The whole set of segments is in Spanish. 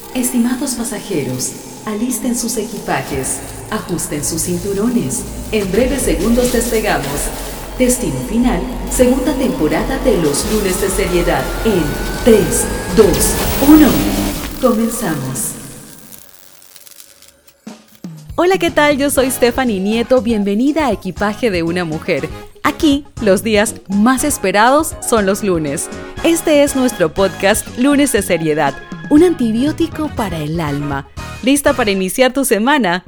Estimados pasajeros, alisten sus equipajes, ajusten sus cinturones. En breves segundos despegamos. Destino final, segunda temporada de los lunes de seriedad en 3, 2, 1. Comenzamos. Hola, ¿qué tal? Yo soy Stephanie Nieto, bienvenida a Equipaje de una Mujer. Aquí, los días más esperados son los lunes. Este es nuestro podcast Lunes de Seriedad, un antibiótico para el alma. ¿Lista para iniciar tu semana?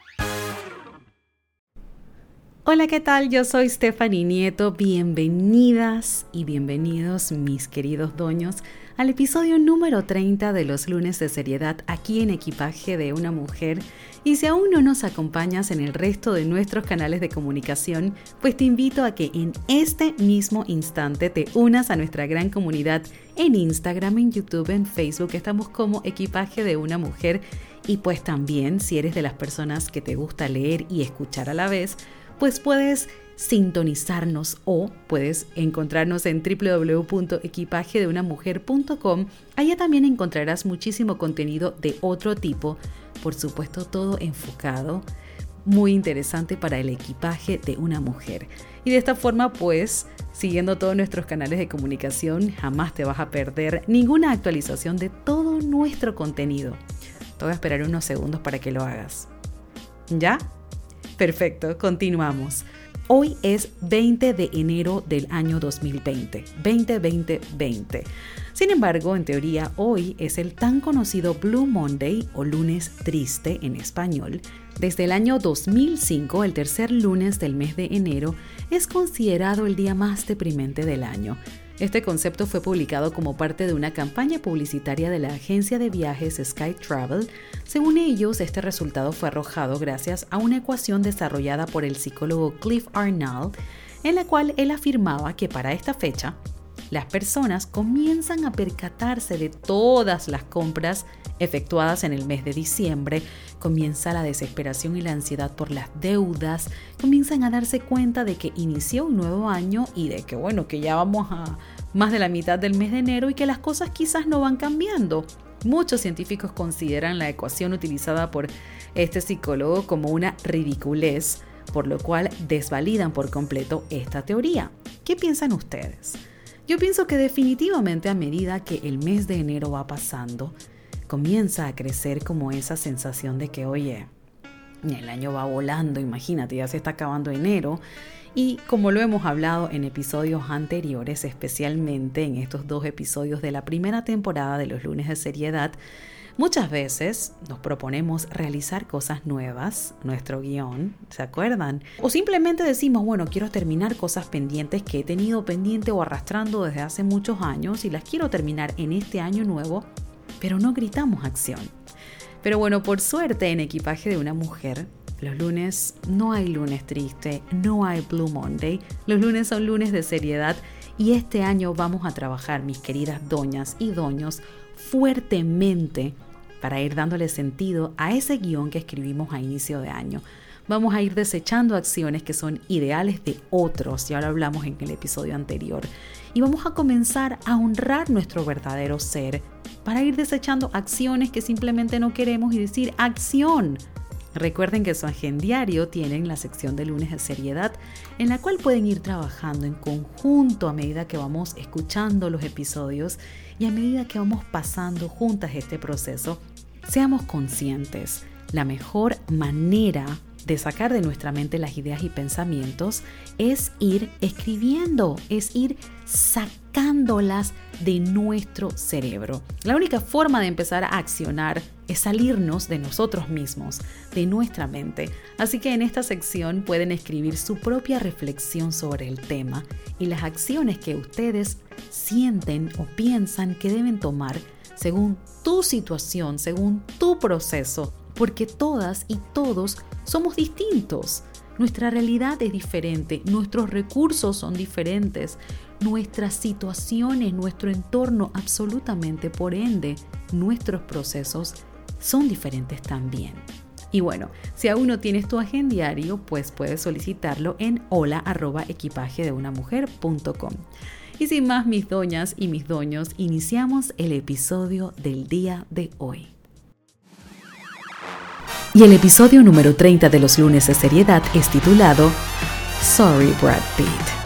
Hola, ¿qué tal? Yo soy Stephanie Nieto. Bienvenidas y bienvenidos, mis queridos doños, al episodio número 30 de los lunes de seriedad aquí en Equipaje de una Mujer. Y si aún no nos acompañas en el resto de nuestros canales de comunicación, pues te invito a que en este mismo instante te unas a nuestra gran comunidad en Instagram, en YouTube, en Facebook. Estamos como Equipaje de una Mujer. Y pues también, si eres de las personas que te gusta leer y escuchar a la vez, pues puedes sintonizarnos o puedes encontrarnos en www.equipajedeunamujer.com. Allá también encontrarás muchísimo contenido de otro tipo, por supuesto todo enfocado, muy interesante para el equipaje de una mujer. Y de esta forma, pues, siguiendo todos nuestros canales de comunicación, jamás te vas a perder ninguna actualización de todo nuestro contenido. Te voy a esperar unos segundos para que lo hagas. ¿Ya? Perfecto, continuamos. Hoy es 20 de enero del año 2020. Sin embargo, en teoría, hoy es el tan conocido Blue Monday o lunes triste en español. Desde el año 2005, el tercer lunes del mes de enero es considerado el día más deprimente del año. Este concepto fue publicado como parte de una campaña publicitaria de la agencia de viajes Sky Travel. Según ellos, este resultado fue arrojado gracias a una ecuación desarrollada por el psicólogo Cliff Arnold, en la cual él afirmaba que para esta fecha, las personas comienzan a percatarse de todas las compras efectuadas en el mes de diciembre, comienza la desesperación y la ansiedad por las deudas, comienzan a darse cuenta de que inició un nuevo año y de que, que ya vamos a más de la mitad del mes de enero y que las cosas quizás no van cambiando. Muchos científicos consideran la ecuación utilizada por este psicólogo como una ridiculez, por lo cual desvalidan por completo esta teoría. ¿Qué piensan ustedes? Yo pienso que definitivamente a medida que el mes de enero va pasando, comienza a crecer como esa sensación de que, el año va volando, imagínate, ya se está acabando enero. Y como lo hemos hablado en episodios anteriores, especialmente en estos 2 episodios de la primera temporada de los lunes de seriedad, muchas veces nos proponemos realizar cosas nuevas, nuestro guión, ¿se acuerdan? O simplemente decimos, quiero terminar cosas pendientes que he tenido pendiente o arrastrando desde hace muchos años y las quiero terminar en este año nuevo, pero no gritamos acción. Pero por suerte en Equipaje de una Mujer, los lunes no hay lunes triste, no hay Blue Monday, los lunes son lunes de seriedad y este año vamos a trabajar, mis queridas doñas y doños, fuertemente para ir dándole sentido a ese guión que escribimos a inicio de año. Vamos a ir desechando acciones que son ideales de otros, ya lo hablamos en el episodio anterior, y vamos a comenzar a honrar nuestro verdadero ser para ir desechando acciones que simplemente no queremos y decir acción. Recuerden que su agendiario tienen la sección de lunes de seriedad en la cual pueden ir trabajando en conjunto a medida que vamos escuchando los episodios y a medida que vamos pasando juntas este proceso. Seamos conscientes, la mejor manera de sacar de nuestra mente las ideas y pensamientos es ir escribiendo, es ir sacándolas de nuestro cerebro. La única forma de empezar a accionar es salirnos de nosotros mismos, de nuestra mente. Así que en esta sección pueden escribir su propia reflexión sobre el tema y las acciones que ustedes sienten o piensan que deben tomar según tu situación, según tu proceso, porque todas y todos somos distintos. Nuestra realidad es diferente, nuestros recursos son diferentes, nuestras situaciones, nuestro entorno, absolutamente, por ende, nuestros procesos son diferentes también. Y si aún no tienes tu agendiario, pues puedes solicitarlo en hola@equipajedeunamujer.com. Y sin más, mis doñas y mis doños, iniciamos el episodio del día de hoy. Y el episodio número 30 de los lunes de seriedad es titulado Sorry, Brad Pitt.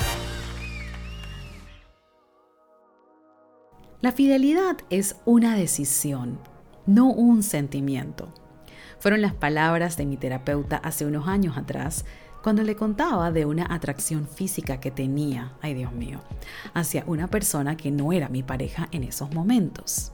La fidelidad es una decisión, no un sentimiento. Fueron las palabras de mi terapeuta hace unos años atrás, cuando le contaba de una atracción física que tenía, ay Dios mío, hacia una persona que no era mi pareja en esos momentos.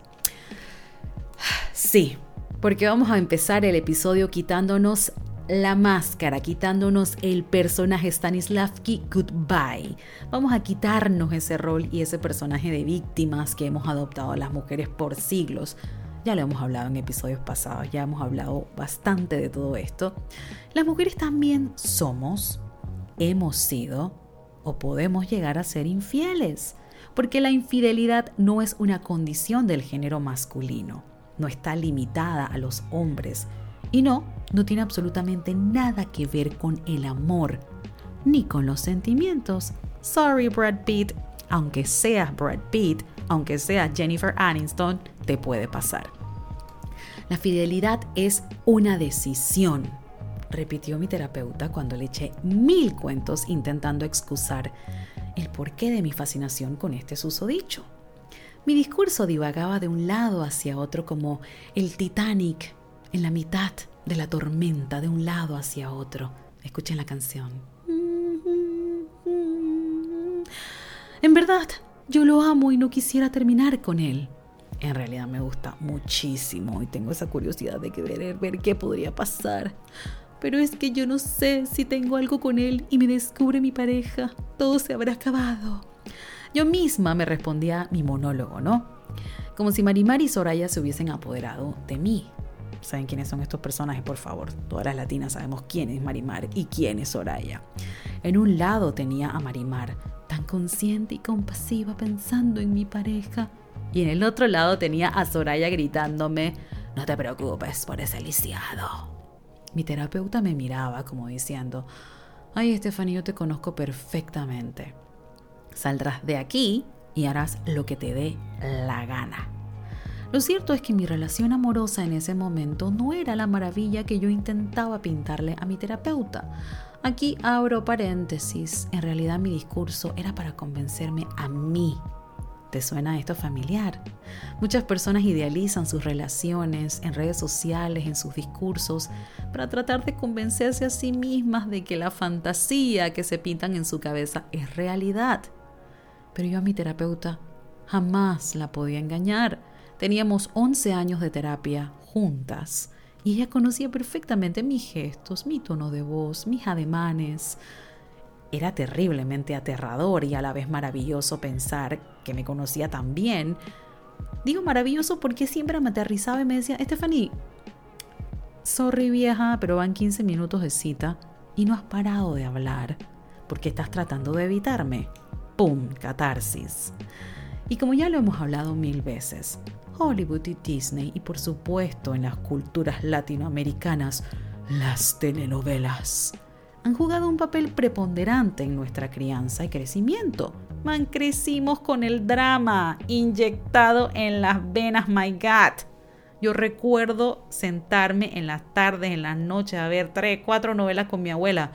Sí, porque vamos a empezar el episodio quitándonos la máscara, quitándonos el personaje Stanislavski Goodbye. Vamos a quitarnos ese rol y ese personaje de víctimas que hemos adoptado las mujeres por siglos. Ya lo hemos hablado en episodios pasados, ya hemos hablado bastante de todo esto. Las mujeres también somos, hemos sido o podemos llegar a ser infieles, porque la infidelidad no es una condición del género masculino, no está limitada a los hombres y no tiene absolutamente nada que ver con el amor, ni con los sentimientos. Sorry, Brad Pitt, aunque seas Brad Pitt, aunque seas Jennifer Aniston, te puede pasar. La fidelidad es una decisión, repitió mi terapeuta cuando le eché 1000 cuentos intentando excusar el porqué de mi fascinación con este susodicho. Mi discurso divagaba de un lado hacia otro como el Titanic en la mitad de la tormenta, de un lado hacia otro. Escuchen la canción. En verdad, yo lo amo y no quisiera terminar con él. En realidad me gusta muchísimo y tengo esa curiosidad de querer ver qué podría pasar. Pero es que yo no sé si tengo algo con él y me descubre mi pareja. Todo se habrá acabado. Yo misma me respondía mi monólogo, ¿no? Como si Marimar y Soraya se hubiesen apoderado de mí. ¿Saben quiénes son estos personajes? Por favor, todas las latinas sabemos quién es Marimar y quién es Soraya. En un lado tenía a Marimar, tan consciente y compasiva pensando en mi pareja. Y en el otro lado tenía a Soraya gritándome, no te preocupes por ese lisiado. Mi terapeuta me miraba como diciendo, ay Estefanía, yo te conozco perfectamente. Saldrás de aquí y harás lo que te dé la gana. Lo cierto es que mi relación amorosa en ese momento no era la maravilla que yo intentaba pintarle a mi terapeuta. Aquí abro paréntesis, en realidad mi discurso era para convencerme a mí. ¿Te suena esto familiar? Muchas personas idealizan sus relaciones en redes sociales, en sus discursos, para tratar de convencerse a sí mismas de que la fantasía que se pintan en su cabeza es realidad. Pero yo a mi terapeuta jamás la podía engañar. Teníamos 11 años de terapia juntas y ella conocía perfectamente mis gestos, mi tono de voz, mis ademanes. Era terriblemente aterrador y a la vez maravilloso pensar que me conocía tan bien. Digo maravilloso porque siempre me aterrizaba y me decía, Estefanía, sorry vieja, pero van 15 minutos de cita y no has parado de hablar porque estás tratando de evitarme. ¡Pum! Catarsis. Y como ya lo hemos hablado 1000 veces, Hollywood y Disney y por supuesto en las culturas latinoamericanas, las telenovelas han jugado un papel preponderante en nuestra crianza y crecimiento. Crecimos con el drama inyectado en las venas, my God. Yo recuerdo sentarme en las tardes, en las noches, a ver 3, 4 novelas con mi abuela.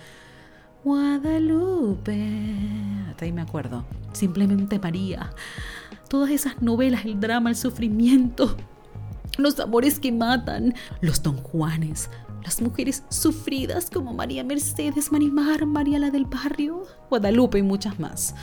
Guadalupe, hasta ahí me acuerdo. Simplemente María. Todas esas novelas, el drama, el sufrimiento, los amores que matan, los Don Juanes, las mujeres sufridas como María Mercedes, Marimar, María la del Barrio, Guadalupe y muchas más.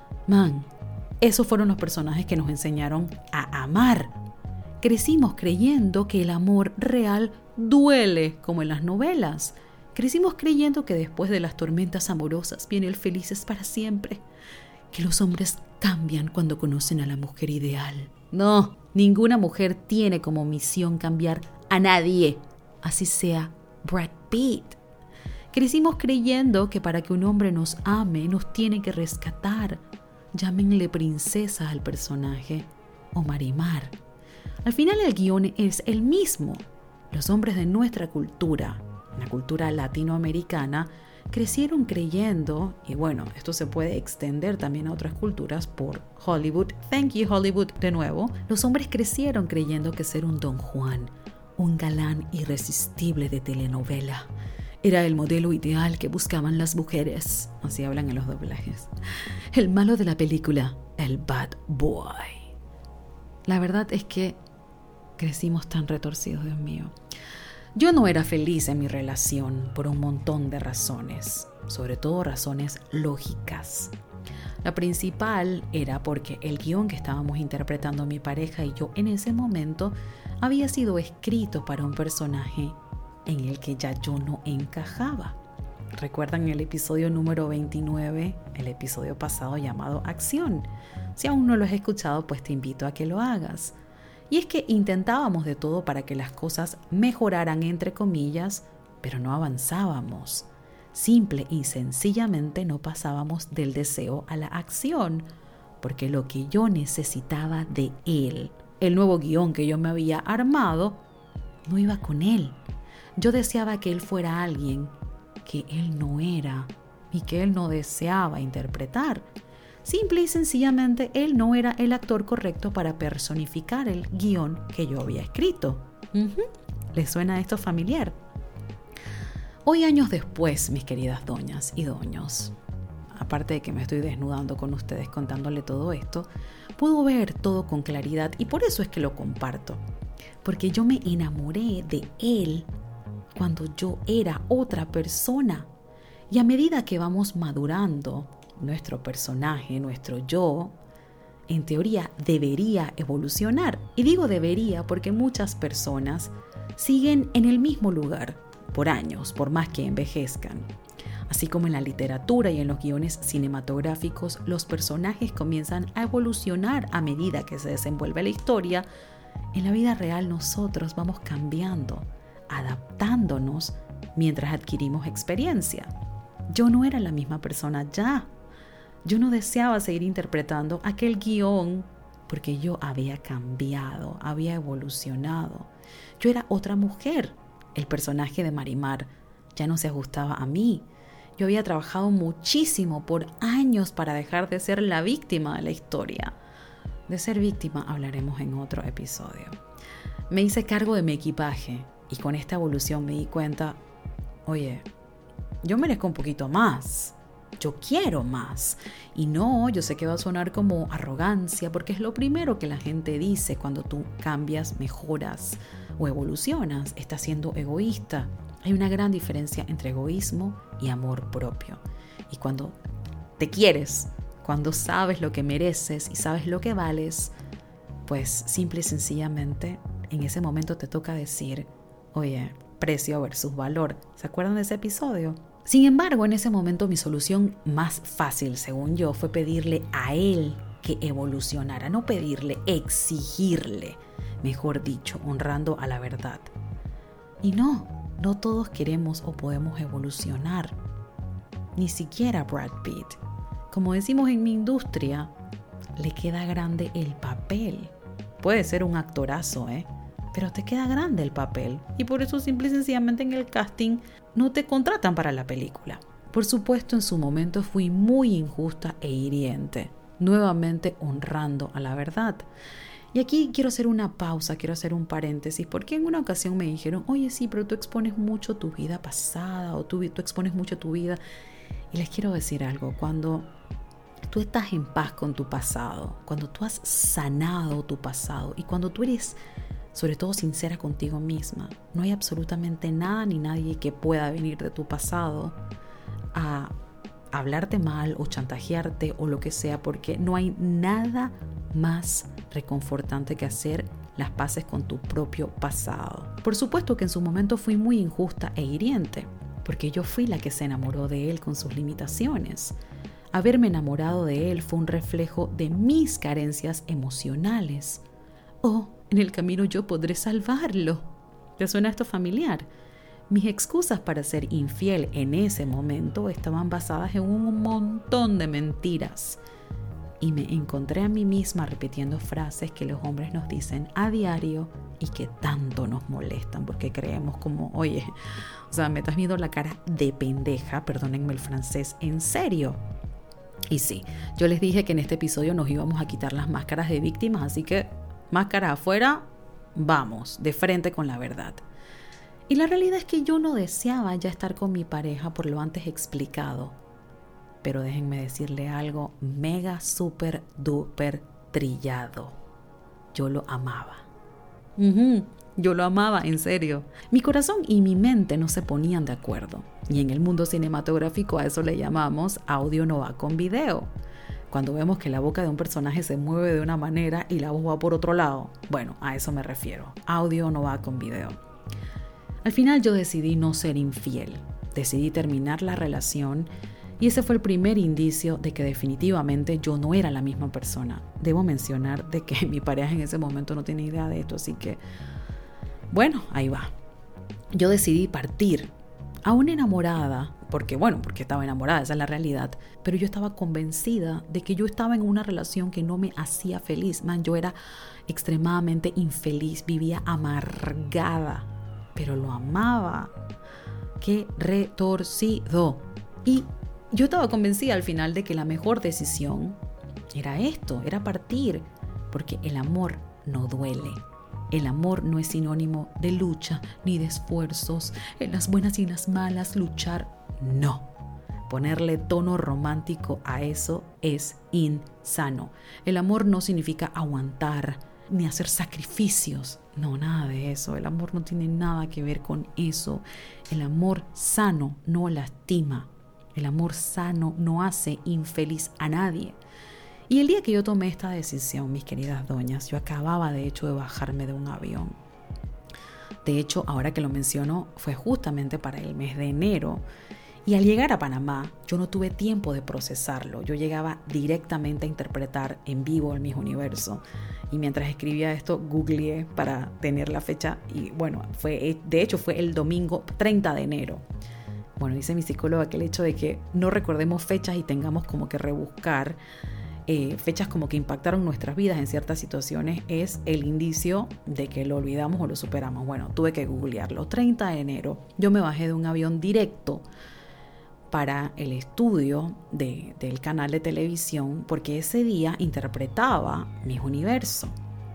Esos fueron los personajes que nos enseñaron a amar. Crecimos creyendo que el amor real duele como en las novelas. Crecimos creyendo que después de las tormentas amorosas viene el felices para siempre. Que los hombres cambian cuando conocen a la mujer ideal. No, ninguna mujer tiene como misión cambiar a nadie, así sea Brad Pitt. Crecimos creyendo que para que un hombre nos ame, nos tiene que rescatar. Llámenle princesa al personaje o Marimar. Al final el guión es el mismo. Los hombres de nuestra cultura, la cultura latinoamericana, crecieron creyendo, y bueno, esto se puede extender también a otras culturas por Hollywood. Thank you, Hollywood, de nuevo. Los hombres crecieron creyendo que ser un Don Juan un galán irresistible de telenovela. Era el modelo ideal que buscaban las mujeres. Así hablan en los doblajes. El malo de la película, el bad boy. La verdad es que crecimos tan retorcidos, Dios mío. Yo no era feliz en mi relación por un montón de razones, sobre todo razones lógicas. La principal era porque el guión que estábamos interpretando mi pareja y yo en ese momento había sido escrito para un personaje en el que ya yo no encajaba. ¿Recuerdan el episodio número 29, el episodio pasado llamado Acción? Si aún no lo has escuchado, pues te invito a que lo hagas. Y es que intentábamos de todo para que las cosas mejoraran, entre comillas, pero no avanzábamos. Simple y sencillamente no pasábamos del deseo a la acción, porque lo que yo necesitaba de él, el nuevo guión que yo me había armado, no iba con él. Yo deseaba que él fuera alguien que él no era y que él no deseaba interpretar. Simple y sencillamente, él no era el actor correcto para personificar el guión que yo había escrito. ¿Les suena esto familiar? Hoy, años después, mis queridas doñas y doños, aparte de que me estoy desnudando con ustedes contándole todo esto, puedo ver todo con claridad y por eso es que lo comparto. Porque yo me enamoré de él cuando yo era otra persona. Y a medida que vamos madurando, nuestro personaje, nuestro yo, en teoría debería evolucionar. Y digo debería porque muchas personas siguen en el mismo lugar por años, por más que envejezcan. Así como en la literatura y en los guiones cinematográficos, los personajes comienzan a evolucionar a medida que se desenvuelve la historia. En la vida real nosotros vamos cambiando, adaptándonos mientras adquirimos experiencia. Yo no era la misma persona ya. Yo no deseaba seguir interpretando aquel guión porque yo había cambiado, había evolucionado. Yo era otra mujer. El personaje de Marimar ya no se ajustaba a mí. Yo había trabajado muchísimo por años para dejar de ser la víctima de la historia. De ser víctima hablaremos en otro episodio. Me hice cargo de mi equipaje y con esta evolución me di cuenta, oye, yo merezco un poquito más. Yo quiero más. Y no, yo sé que va a sonar como arrogancia porque es lo primero que la gente dice cuando tú cambias, mejoras o evolucionas. Estás siendo egoísta. Hay una gran diferencia entre egoísmo y amor propio. Y cuando te quieres, cuando sabes lo que mereces y sabes lo que vales, pues simple y sencillamente en ese momento te toca decir, oye, precio versus valor. ¿Se acuerdan de ese episodio? Sin embargo, en ese momento mi solución más fácil, según yo, fue pedirle a él que evolucionara. No pedirle, exigirle, mejor dicho, honrando a la verdad. Y no todos queremos o podemos evolucionar. Ni siquiera Brad Pitt. Como decimos en mi industria, le queda grande el papel. Puede ser un actorazo, pero te queda grande el papel. Y por eso simple y sencillamente en el casting no te contratan para la película. Por supuesto, en su momento fui muy injusta e hiriente, nuevamente honrando a la verdad. Y aquí quiero hacer una pausa, quiero hacer un paréntesis, porque en una ocasión me dijeron, oye, sí, pero tú expones mucho tu vida pasada o tú expones mucho tu vida. Y les quiero decir algo, cuando tú estás en paz con tu pasado, cuando tú has sanado tu pasado y cuando tú eres sobre todo sincera contigo misma, no hay absolutamente nada ni nadie que pueda venir de tu pasado a hablarte mal o chantajearte o lo que sea, porque no hay nada más reconfortante que hacer las paces con tu propio pasado. Por supuesto que en su momento fui muy injusta e hiriente, porque yo fui la que se enamoró de él con sus limitaciones. Haberme enamorado de él fue un reflejo de mis carencias emocionales. En el camino yo podré salvarlo. ¿Te suena esto familiar? Mis excusas para ser infiel en ese momento estaban basadas en un montón de mentiras. Y me encontré a mí misma repitiendo frases que los hombres nos dicen a diario y que tanto nos molestan porque creemos como, oye, me estás viendo la cara de pendeja, perdónenme el francés, en serio. Y sí, yo les dije que en este episodio nos íbamos a quitar las máscaras de víctimas, así que máscara afuera, vamos, de frente con la verdad. Y la realidad es que yo no deseaba ya estar con mi pareja por lo antes explicado. Pero déjenme decirle algo mega, súper, duper trillado. Yo lo amaba. Yo lo amaba, en serio. Mi corazón y mi mente no se ponían de acuerdo. Y en el mundo cinematográfico a eso le llamamos audio no va con video. Cuando vemos que la boca de un personaje se mueve de una manera y la voz va por otro lado. Bueno, a eso me refiero. Audio no va con video. Al final yo decidí no ser infiel. Decidí terminar la relación y ese fue el primer indicio de que definitivamente yo no era la misma persona. Debo mencionar de que mi pareja en ese momento no tiene idea de esto, así que bueno, ahí va. Yo decidí partir, aún enamorada, porque estaba enamorada, esa es la realidad, pero yo estaba convencida de que yo estaba en una relación que no me hacía feliz. Yo era extremadamente infeliz, vivía amargada, pero lo amaba. Qué retorcido. Y yo estaba convencida al final de que la mejor decisión era esto, era partir, porque el amor no duele. El amor no es sinónimo de lucha ni de esfuerzos. En las buenas y en las malas luchar, no. Ponerle tono romántico a eso es insano. El amor no significa aguantar ni hacer sacrificios. No, nada de eso. El amor no tiene nada que ver con eso. El amor sano no lastima. El amor sano no hace infeliz a nadie. Y el día que yo tomé esta decisión, mis queridas doñas, yo acababa de hecho de bajarme de un avión. De hecho, ahora que lo menciono, fue justamente para el mes de enero. Y al llegar a Panamá, yo no tuve tiempo de procesarlo. Yo llegaba directamente a interpretar en vivo el Miss Universo. Y mientras escribía esto, googleé para tener la fecha. Y bueno, de hecho fue el domingo 30 de enero. Bueno, dice mi psicóloga que el hecho de que no recordemos fechas y tengamos como que rebuscar fechas como que impactaron nuestras vidas en ciertas situaciones es el indicio de que lo olvidamos o lo superamos. Bueno, tuve que googlearlo. 30 de enero, yo me bajé de un avión directo para el estudio del canal de televisión porque ese día interpretaba Miss Universo.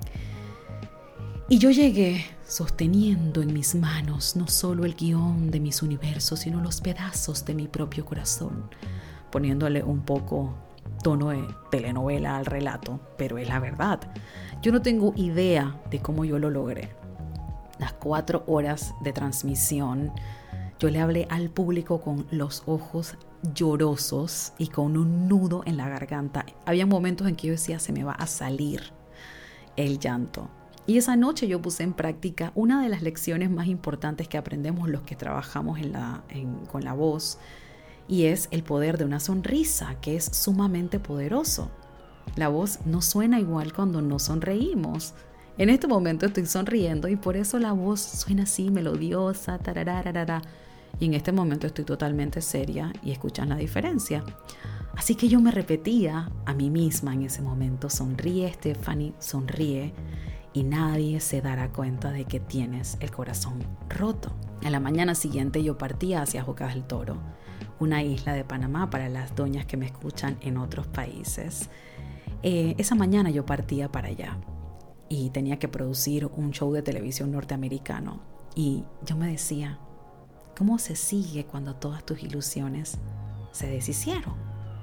Y yo llegué sosteniendo en mis manos no solo el guión de Miss Universo, sino los pedazos de mi propio corazón, poniéndole un poco tono de telenovela al relato, pero es la verdad. Yo no tengo idea de cómo yo lo logré. Las 4 horas de transmisión, yo le hablé al público con los ojos llorosos y con un nudo en la garganta. Había momentos en que yo decía, se me va a salir el llanto. Y esa noche yo puse en práctica una de las lecciones más importantes que aprendemos los que trabajamos con la voz, y es el poder de una sonrisa, que es sumamente poderoso. La voz no suena igual cuando no sonreímos. En este momento estoy sonriendo y por eso la voz suena así, melodiosa, tarararara. Y en este momento estoy totalmente seria y escuchan la diferencia. Así que yo me repetía a mí misma en ese momento, sonríe Stephanie, sonríe y nadie se dará cuenta de que tienes el corazón roto. En la mañana siguiente yo partía hacia Bocas del Toro, una isla de Panamá para las doñas que me escuchan en otros países. Esa mañana yo partía para allá y tenía que producir un show de televisión norteamericano. Y yo me decía, ¿cómo se sigue cuando todas tus ilusiones se deshicieron?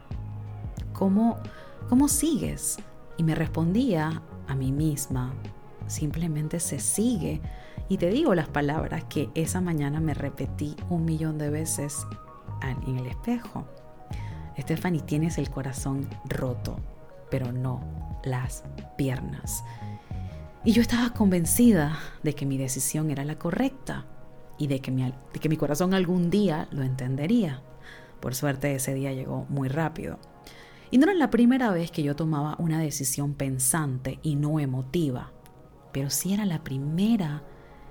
¿Cómo sigues? Y me respondía a mí misma, simplemente se sigue. Y te digo las palabras que esa mañana me repetí 1.000.000 de veces en el espejo. Stephanie, tienes el corazón roto, pero no las piernas. Y yo estaba convencida de que mi decisión era la correcta y de que mi corazón algún día lo entendería. Por suerte ese día llegó muy rápido. Y no era la primera vez que yo tomaba una decisión pensante y no emotiva, pero sí era la primera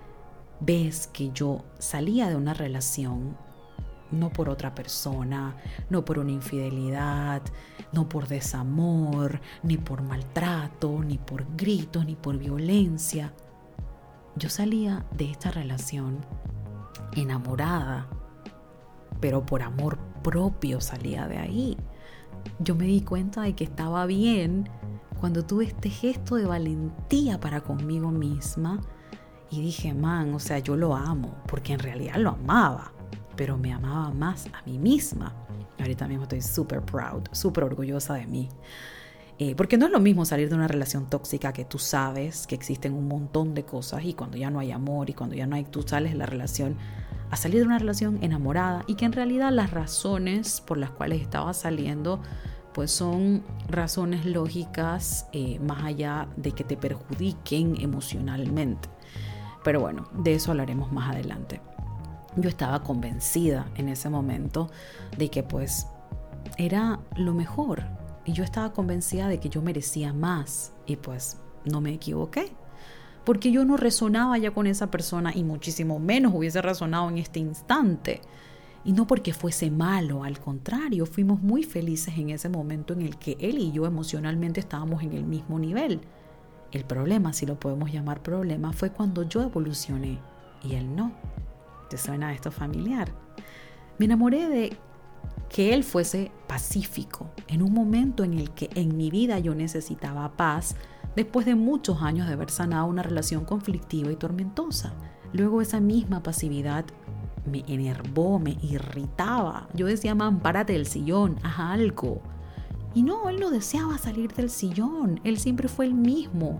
vez que yo salía de una relación no por otra persona, no por una infidelidad, no por desamor, ni por maltrato, ni por gritos, ni por violencia. Yo salía de esta relación enamorada, pero por amor propio salía de ahí. Yo me di cuenta de que estaba bien cuando tuve este gesto de valentía para conmigo misma Y dije, o sea, yo lo amo, porque en realidad lo amaba, pero me amaba más a mí misma. Ahorita mismo estoy súper proud, súper orgullosa de mí. Porque no es lo mismo salir de una relación tóxica que tú sabes que existen un montón de cosas y cuando ya no hay amor y cuando ya no hay, tú sales de la relación, a salir de una relación enamorada y que en realidad las razones por las cuales estaba saliendo pues son razones lógicas, más allá de que te perjudiquen emocionalmente. Pero bueno, de eso hablaremos más adelante. Yo estaba convencida en ese momento de que pues era lo mejor. Y yo estaba convencida de que yo merecía más. Y pues no me equivoqué. Porque yo no resonaba ya con esa persona y muchísimo menos hubiese resonado en este instante. Y no porque fuese malo, al contrario, fuimos muy felices en ese momento en el que él y yo emocionalmente estábamos en el mismo nivel. El problema, si lo podemos llamar problema, fue cuando yo evolucioné y él no. ¿Te suena esto familiar? Me enamoré de que él fuese pacífico en un momento en el que en mi vida yo necesitaba paz después de muchos años de haber sanado una relación conflictiva y tormentosa. Luego esa misma pasividad me enervó, me irritaba. Yo decía, párate del sillón, haz algo. Y no, él no deseaba salir del sillón, él siempre fue el mismo.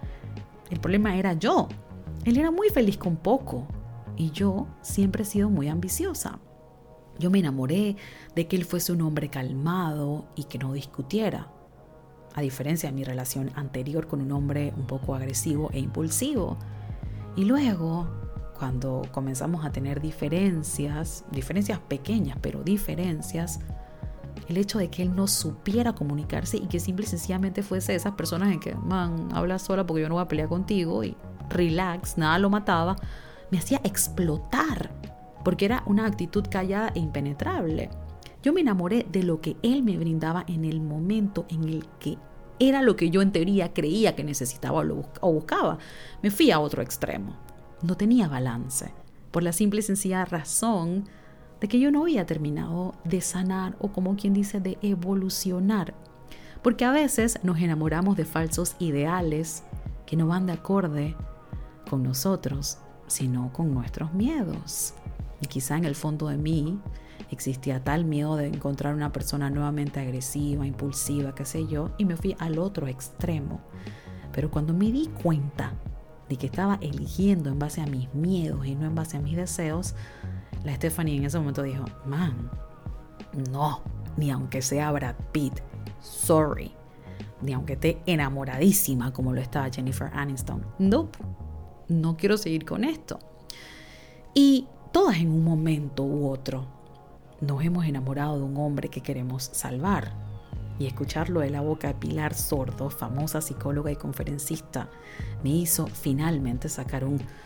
El problema era yo. Él era muy feliz con poco y yo siempre he sido muy ambiciosa. Yo me enamoré de que él fuese un hombre calmado y que no discutiera, a diferencia de mi relación anterior con un hombre un poco agresivo e impulsivo. Y luego, cuando comenzamos a tener diferencias pequeñas, pero diferencias, el hecho de que él no supiera comunicarse y que simple y sencillamente fuese de esas personas en que, habla sola porque yo no voy a pelear contigo y relax, nada lo mataba, me hacía explotar. Porque era una actitud callada e impenetrable. Yo me enamoré de lo que él me brindaba en el momento en el que era lo que yo en teoría creía que necesitaba o buscaba. Me fui a otro extremo. No tenía balance, por la simple y sencilla razón de que yo no había terminado de sanar o, como quien dice, de evolucionar. Porque a veces nos enamoramos de falsos ideales que no van de acorde con nosotros, sino con nuestros miedos. Y quizá en el fondo de mí existía tal miedo de encontrar una persona nuevamente agresiva, impulsiva, qué sé yo, y me fui al otro extremo. Pero cuando me di cuenta de que estaba eligiendo en base a mis miedos y no en base a mis deseos, la Stephanie en ese momento dijo, no, ni aunque sea Brad Pitt, sorry, ni aunque esté enamoradísima como lo estaba Jennifer Aniston, nope, no quiero seguir con esto. Y todas en un momento u otro nos hemos enamorado de un hombre que queremos salvar. Y escucharlo de la boca de Pilar Sordo, famosa psicóloga y conferencista, me hizo finalmente sacar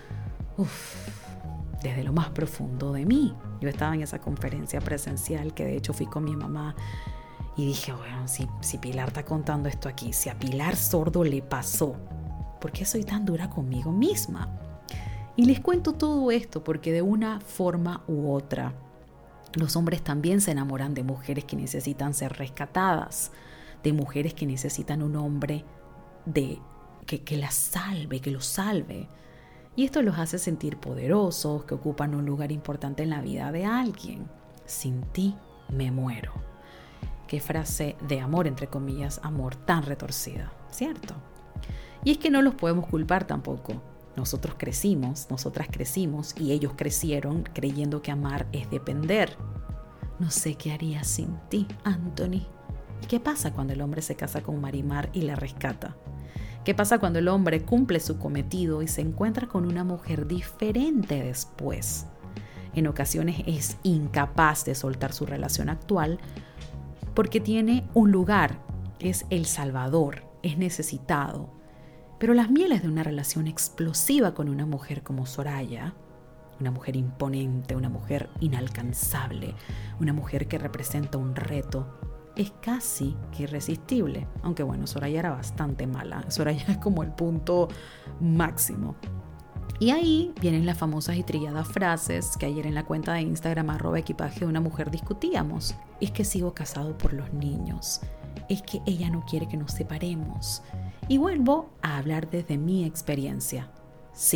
desde lo más profundo de mí. Yo estaba en esa conferencia presencial que de hecho fui con mi mamá y dije, bueno, si Pilar está contando esto aquí, si a Pilar Sordo le pasó, ¿por qué soy tan dura conmigo misma? Y les cuento todo esto porque de una forma u otra, los hombres también se enamoran de mujeres que necesitan ser rescatadas, de mujeres que necesitan un hombre que las salve, que los salve. Y esto los hace sentir poderosos, que ocupan un lugar importante en la vida de alguien. Sin ti me muero. Qué frase de amor, entre comillas, amor tan retorcida, ¿cierto? Y es que no los podemos culpar tampoco. Nosotras crecimos y ellos crecieron creyendo que amar es depender. No sé qué haría sin ti, Anthony. ¿Y qué pasa cuando el hombre se casa con Marimar y la rescata? ¿Qué pasa cuando el hombre cumple su cometido y se encuentra con una mujer diferente después? En ocasiones es incapaz de soltar su relación actual porque tiene un lugar, es el salvador, es necesitado. Pero las mieles de una relación explosiva con una mujer como Soraya, una mujer imponente, una mujer inalcanzable, una mujer que representa un reto, es casi que irresistible. Aunque bueno, Soraya era bastante mala. Soraya es como el punto máximo. Y ahí vienen las famosas y trilladas frases que ayer en la cuenta de Instagram @equipaje de una mujer discutíamos. Es que sigo casado por los niños. Es que ella no quiere que nos separemos. Y vuelvo a hablar desde mi experiencia. Sí,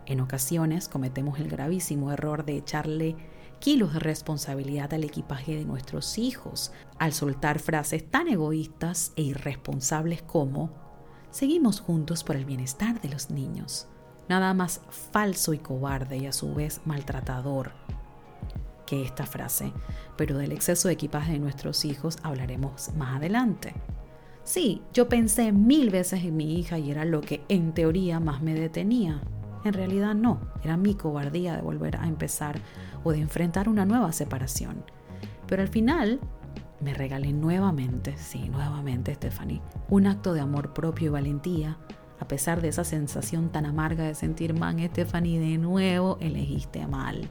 En ocasiones cometemos el gravísimo error de echarle kilos de responsabilidad al equipaje de nuestros hijos, al soltar frases tan egoístas e irresponsables como «seguimos juntos por el bienestar de los niños». Nada más falso y cobarde y a su vez maltratador que esta frase, pero del exceso de equipaje de nuestros hijos hablaremos más adelante. Sí, yo pensé 1000 veces en mi hija y era lo que en teoría más me detenía. En realidad no, era mi cobardía de volver a empezar o de enfrentar una nueva separación. Pero al final me regalé nuevamente, Stephanie, un acto de amor propio y valentía, a pesar de esa sensación tan amarga de sentir, Stephanie, de nuevo elegiste mal.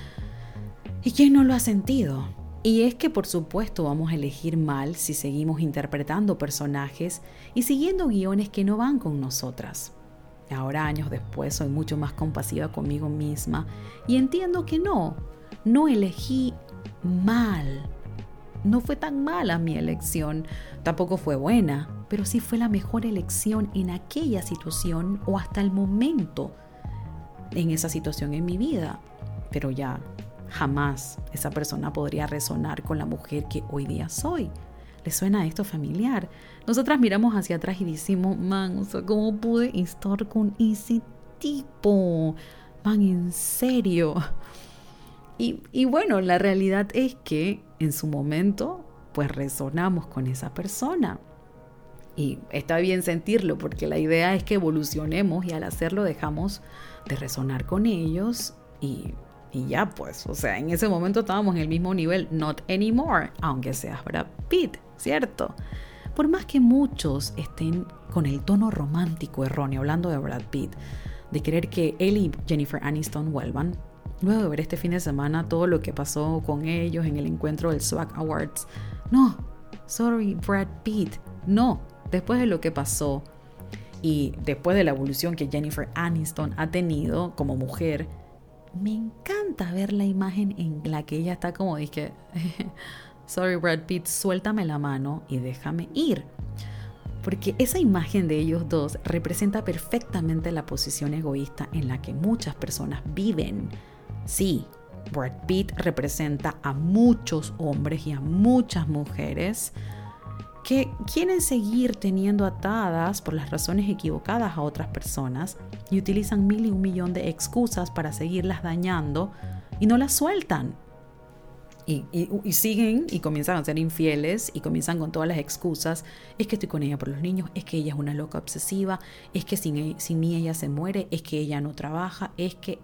¿Y quién no lo ha sentido? Y es que por supuesto vamos a elegir mal si seguimos interpretando personajes y siguiendo guiones que no van con nosotras. Ahora, años después, soy mucho más compasiva conmigo misma y entiendo que no elegí mal. No fue tan mala mi elección, tampoco fue buena, pero sí fue la mejor elección en aquella situación o hasta el momento en esa situación en mi vida. Pero ya jamás esa persona podría resonar con la mujer que hoy día soy. ¿Les suena esto familiar? Nosotras miramos hacia atrás y decimos, ¿cómo pude estar con ese tipo? En serio. Y bueno, la realidad es que en su momento, pues resonamos con esa persona. Y está bien sentirlo, porque la idea es que evolucionemos y al hacerlo dejamos de resonar con ellos y ya pues, o sea, en ese momento estábamos en el mismo nivel, not anymore, aunque seas Brad Pitt, ¿cierto? Por más que muchos estén con el tono romántico erróneo, hablando de Brad Pitt, de querer que él y Jennifer Aniston vuelvan, luego de ver este fin de semana todo lo que pasó con ellos en el encuentro del SWAG Awards, no, sorry Brad Pitt, no, después de lo que pasó y después de la evolución que Jennifer Aniston ha tenido como mujer, me encanta ver la imagen en la que ella está como dice, sorry Brad Pitt, suéltame la mano y déjame ir. Porque esa imagen de ellos dos representa perfectamente la posición egoísta en la que muchas personas viven. Sí, Brad Pitt representa a muchos hombres y a muchas mujeres que quieren seguir teniendo atadas por las razones equivocadas a otras personas y utilizan 1000 y un millón de excusas para seguirlas dañando y no las sueltan. Y siguen y comienzan a ser infieles y comienzan con todas las excusas. Es que estoy con ella por los niños, es que ella es una loca obsesiva, es que sin mí ella se muere, es que ella no trabaja, es que.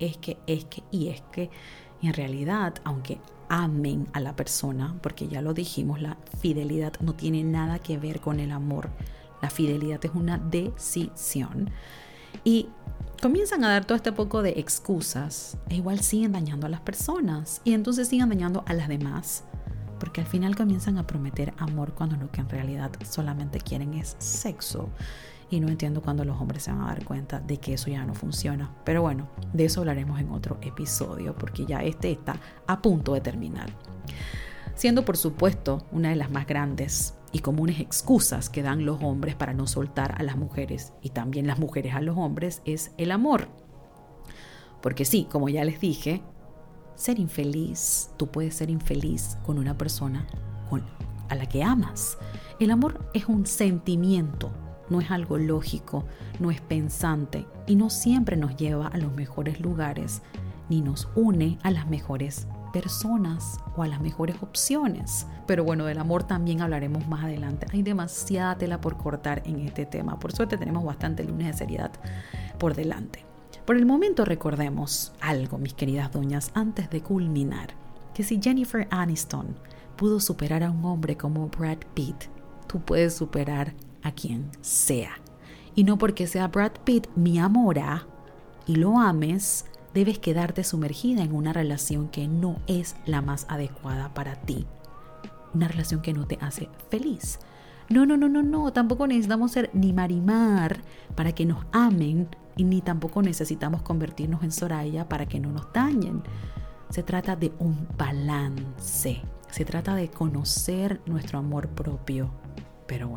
Y en realidad, aunque amen a la persona, porque ya lo dijimos, la fidelidad no tiene nada que ver con el amor. La fidelidad es una decisión. Y comienzan a dar todo este poco de excusas e igual siguen dañando a las personas y entonces siguen dañando a las demás porque al final comienzan a prometer amor cuando lo que en realidad solamente quieren es sexo. Y no entiendo cuándo los hombres se van a dar cuenta de que eso ya no funciona. Pero bueno, de eso hablaremos en otro episodio porque ya este está a punto de terminar. Siendo por supuesto una de las más grandes y comunes excusas que dan los hombres para no soltar a las mujeres y también las mujeres a los hombres es el amor. Porque sí, como ya les dije, ser infeliz, tú puedes ser infeliz con una persona a la que amas. El amor es un sentimiento, no es algo lógico, no es pensante y no siempre nos lleva a los mejores lugares ni nos une a las mejores personas o a las mejores opciones. Pero bueno, del amor también hablaremos más adelante. Hay demasiada tela por cortar en este tema. Por suerte tenemos bastante lunes de seriedad por delante. Por el momento recordemos algo, mis queridas doñas, antes de culminar, que si Jennifer Aniston pudo superar a un hombre como Brad Pitt, tú puedes superar a quien sea. Y no porque sea Brad Pitt mi amora y lo ames, debes quedarte sumergida en una relación que no es la más adecuada para ti. Una relación que no te hace feliz. No, tampoco necesitamos ser ni Marimar para que nos amen y ni tampoco necesitamos convertirnos en Soraya para que no nos dañen. Se trata de un balance, se trata de conocer nuestro amor propio. Pero bueno,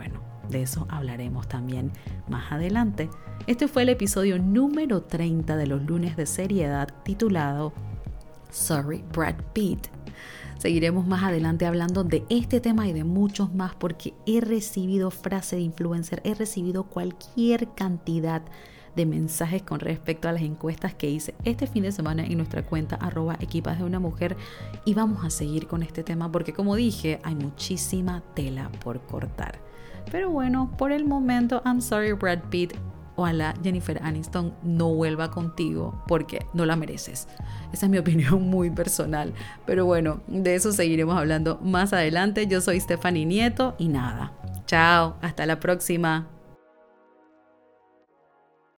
de eso hablaremos también más adelante. Este fue el episodio número 30 de los lunes de seriedad titulado Sorry Brad Pitt. Seguiremos más adelante hablando de este tema y de muchos más porque he recibido frase de influencer, he recibido cualquier cantidad de mensajes con respecto a las encuestas que hice este fin de semana en nuestra cuenta @equipas de una mujer y vamos a seguir con este tema porque como dije hay muchísima tela por cortar. Pero bueno, por el momento I'm sorry Brad Pitt. Ojalá Jennifer Aniston no vuelva contigo porque no la mereces. Esa es mi opinión muy personal. Pero bueno, de eso seguiremos hablando más adelante. Yo soy Stephanie Nieto y nada. Chao, hasta la próxima.